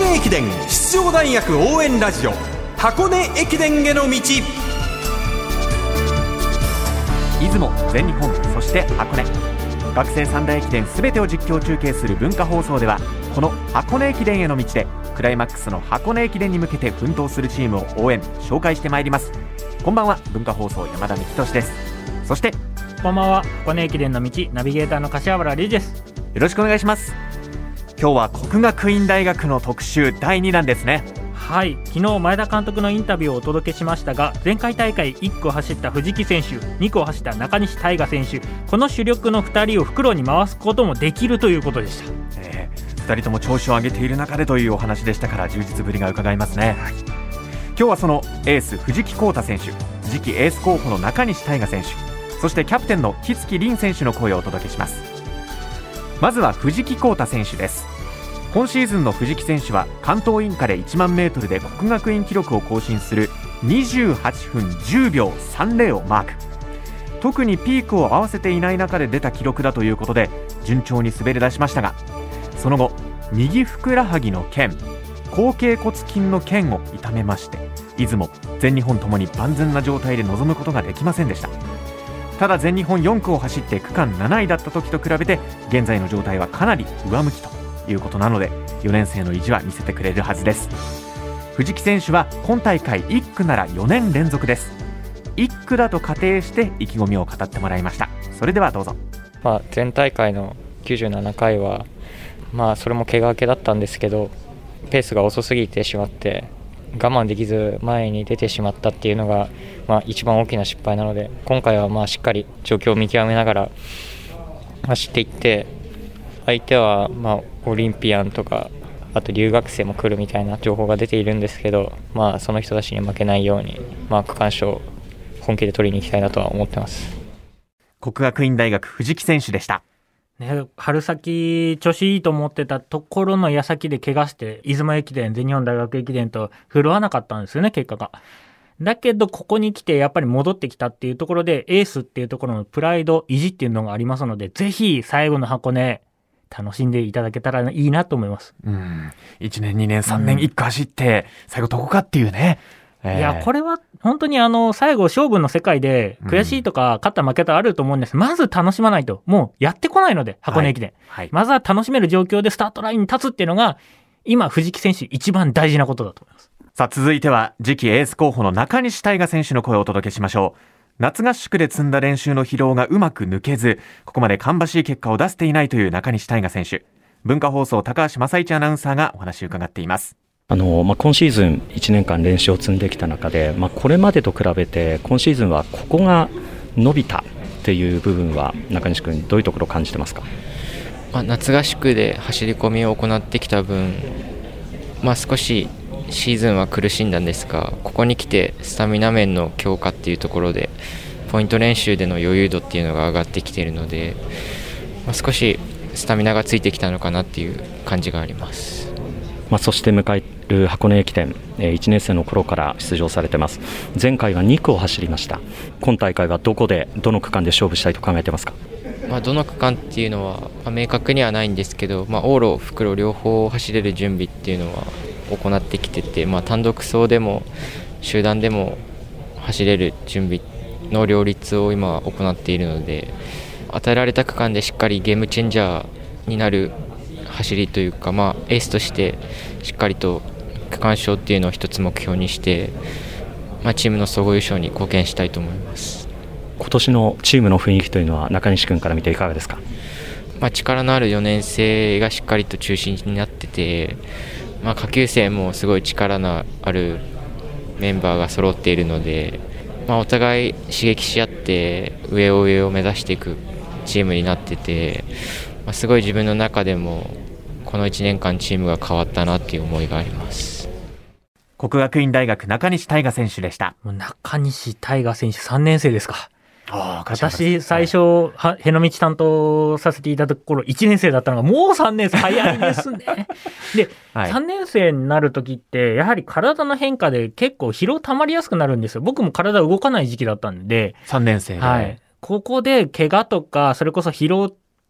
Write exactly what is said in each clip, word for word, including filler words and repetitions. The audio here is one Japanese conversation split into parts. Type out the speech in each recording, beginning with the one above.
根駅伝出場大学応援ラジオ、箱根駅伝への道。 出雲、全日本、そして箱根、学生三大駅伝すべてを実況中継する文化放送では、この箱根駅伝への道でクライマックスの箱根駅伝に向けて奮闘するチームを応援紹介してまいります。こんばんは、文化放送山田幹俊です。そしてこんばんは、箱根駅伝の道ナビゲーターの柏原理です。 よろしくお願いします。今日は国学院大学の特集だいにだんですね。 はい、昨日前田監督のインタビューをお届けしましたが、前回大会いっ区を走った藤木選手、に区を走った中西大翔選手、この主力のふたりを復路に回すこともできるということでした。 えー、ふたりとも調子を上げている中でというお話でしたから、充実ぶりが伺えますね。はい、今日はそのエース藤木浩太選手、次期エース候補の中西大翔選手、そしてキャプテンの木月凛選手の声をお届けします。まずは藤木浩太選手です。今シーズンの藤木選手は関東インカレいちまんメートルで国学院記録を更新するにじゅうはっぷんじゅうびょうさんじゅうをマーク。特にピークを合わせていない中で出た記録だということで順調に滑り出しましたが、その後右ふくらはぎの腱、後傾骨筋の腱を痛めまして、出雲、全日本ともに万全な状態で臨むことができませんでした。ただ全日本よん区を走って区間なないだった時と比べて現在の状態はかなり上向きということなので、よねん生の意地は見せてくれるはずです。藤木選手は今大会いっ区ならよねん連続です。いっ区だと仮定して意気込みを語ってもらいました。それではどうぞ。 まあ、前大会のきゅうじゅうななかいは、まあ、それも怪我明けだったんですけど、ペースが遅すぎてしまって我慢できず前に出てしまったっていうのが、まあ、一番大きな失敗なので、今回はまあしっかり状況を見極めながら走っていって、相手はまあオリンピアンとかあと留学生も来るみたいな情報が出ているんですけど、まあ、その人たちに負けないように、まあ、区間賞本気で取りに行きたいなとは思ってます。 國學院大学藤木選手でした。 ね、春先調子いいと思ってたところの矢先で怪我して出雲駅伝、全日本大学駅伝と振るわなかったんですよね、結果が。だけどここに来てやっぱり戻ってきたっていうところで、エースっていうところのプライド、意地っていうのがありますので、ぜひ最後の箱根楽しんでいただけたらいいなと思います。 うん、いちねんにねんさんねんいっ区走って最後どこかっていうね、 えー、いやこれは本当にあの最後勝負の世界で悔しいとか勝った負けたあると思うんです、うん、まず楽しまないともうやってこないので、箱根駅伝、はいはい、まずは楽しめる状況でスタートラインに立つっていうのが今藤木選手一番大事なことだと思います。 さあ続いては次期エース候補の中西大翔選手の声をお届けしましょう。夏合宿で積んだ練習の疲労がうまく抜けず、ここまで芳しい結果を出せていないという中西大翔選手、文化放送高橋正一アナウンサーがお話を伺っています。 あのまあ、今シーズンいちねんかん練習を積んできた中で、まあ、これまでと比べて今シーズンはここが伸びたっていう部分は中西君どういうところを感じてますか？ まあ、夏合宿で走り込みを行ってきた分、まあ、少しシーズンは苦しんだんですが、ここに来てスタミナ面の強化っていうところでポイント練習での余裕度っていうのが上がってきているので、まあ、少しスタミナがついてきたのかなっていう感じがあります。 まあ、そして迎える箱根駅伝、いちねん生の頃から出場されてます。前回はに区を走りました。今大会はどこでどの区間で勝負したいと考えてますか？ まあ、どの区間っていうのは、まあ、明確にはないんですけど、まあ、往路、復路両方走れる準備っていうのは行ってきてて、まあ、単独走でも集団でも走れる準備の両立を今行っているので、与えられた区間でしっかりゲームチェンジャーになる走りというか、まあ、エースとしてしっかりと区間賞っていうのを一つ目標にして、まあ、チームの総合優勝に貢献したいと思います。 今年のチームの雰囲気というのは中西君から見ていかがですか？ まあ、力のあるよねん生がしっかりと中心になってて、まあ、下級生もすごい力のあるメンバーが揃っているので、まあ、お互い刺激し合って上を上を目指していくチームになってて、まあ、すごい自分の中でもこのいちねんかんチームが変わったなっていう思いがあります。 國學院大学中西大翔選手でした。 もう中西大翔選手さんねん生ですか？ あ私最初、はい、への道担当させていただく頃いちねん生だったのがもうさんねん生、早いですねで、はい、さんねん生になる時ってやはり体の変化で結構疲労たまりやすくなるんですよ。僕も体動かない時期だったんで、 さんねん生で、 はい、ここで怪我とかそれこそ疲労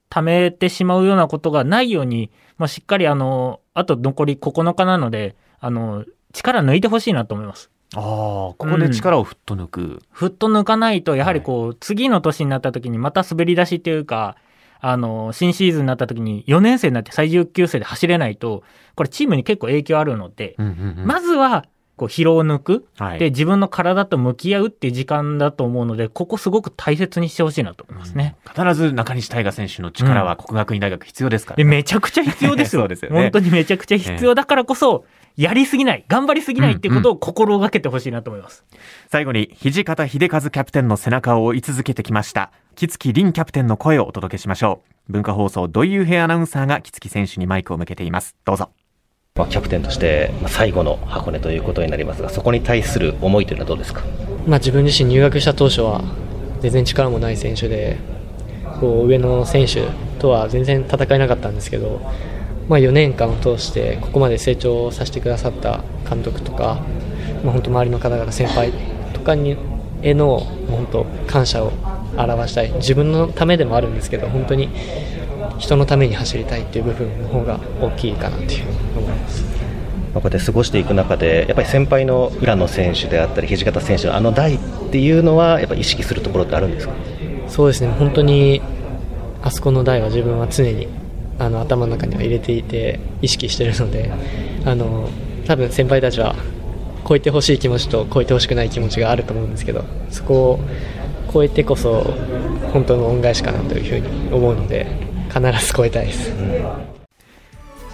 溜めてしまうようなことがないように、まあ、しっかりあのあと残りここのかなのであの力抜いてほしいなと思います。 ああ、ここで力をふっと抜く、うん、 ふっと抜かないとやはりこう、はい、次の年になった時にまた滑り出しっていうかあの新シーズンになった時によねん生になって最重級生で走れないとこれチームに結構影響あるので、うんうんうん、まずはこう疲労を抜く、はい、で自分の体と向き合うっていう時間だと思うのでここすごく大切にしてほしいなと思いますね、 うん、必ず中西大翔選手の力は国学院大学必要ですから、ね、 でめちゃくちゃ必要ですよそうですよね、本当にめちゃくちゃ必要だからこそ、えー、やりすぎない頑張りすぎないっていうことを心がけてほしいなと思います、うんうん、 最後に土方秀和キャプテンの背中を追い続けてきました木月凛キャプテンの声をお届けしましょう。文化放送土井雄平アナウンサーが木月選手にマイクを向けています。どうぞ。 キャプテンとして最後の箱根ということになりますが、そこに対する思いというのはどうですか？ まあ、自分自身入学した当初は全然力もない選手でこう上の選手とは全然戦えなかったんですけど、まあ、よねんかんを通してここまで成長させてくださった監督とか、まあ、本当周りの方々先輩とかにへの本当感謝を表したい。自分のためでもあるんですけど本当に人のために走りたいっていう部分の方が大きいかなというふうに思います。 こうやって過ごしていく中でやっぱり先輩の浦野選手であったり土方選手のあの代っていうのはやっぱり意識するところってあるんですか？ そうですね、本当にあそこの代は自分は常にあの頭の中には入れていて意識しているので、あの多分先輩たちは超えてほしい気持ちと超えてほしくない気持ちがあると思うんですけど、そこを超えてこそ本当の恩返しかなというふうに思うので必ず超えたいです、うん、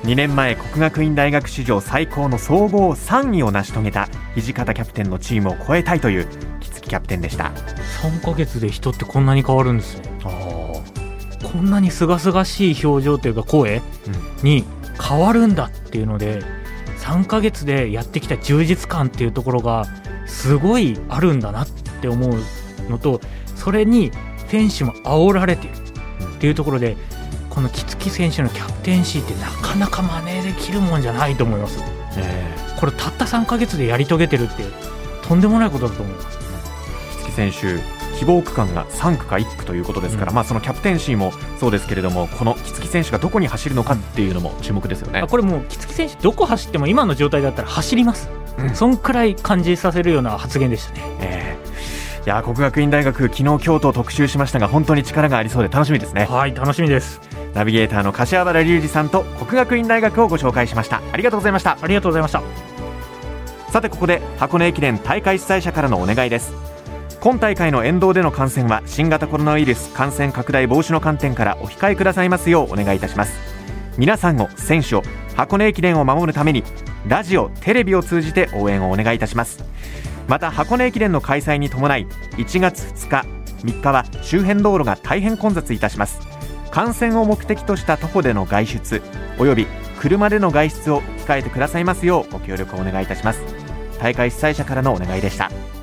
にねんまえ国学院大学史上最高の総合さんいを成し遂げた土方キャプテンのチームを超えたいという木月キャプテンでした。 さんかげつで人ってこんなに変わるんですね。あこんなにすがすがしい表情というか声に変わるんだっていうので、さんかげつでやってきた充実感っていうところがすごいあるんだなって思うのと、それに選手も煽られているっていうところで、この木月選手のキャプテンシーってなかなか真似できるもんじゃないと思います、えー、これたったさんかげつでやり遂げてるってとんでもないことだと思います。 木月選手希望区間がさんくかいっくということですから、うん、まあ、そのキャプテンシーもそうですけれども、この木月選手がどこに走るのかっていうのも注目ですよね。 あこれもう木月選手どこ走っても今の状態だったら走ります、うん、そんくらい感じさせるような発言でしたね、えーいや国学院大学昨日京都を特集しましたが本当に力がありそうで楽しみですね。 はい、楽しみです。 ナビゲーターの柏原隆二さんと国学院大学をご紹介しました。ありがとうございました。 ありがとうございました。 さてここで箱根駅伝大会主催者からのお願いです。今大会の沿道での観戦は新型コロナウイルス感染拡大防止の観点からお控えくださいますようお願いいたします。皆さんを、選手を、箱根駅伝を守るためにラジオ、テレビを通じて応援をお願いいたします。また箱根駅伝の開催に伴いいちがつふつか、みっかは周辺道路が大変混雑いたします。観戦を目的とした徒歩での外出および車での外出を控えてくださいますようご協力をお願いいたします。大会主催者からのお願いでした。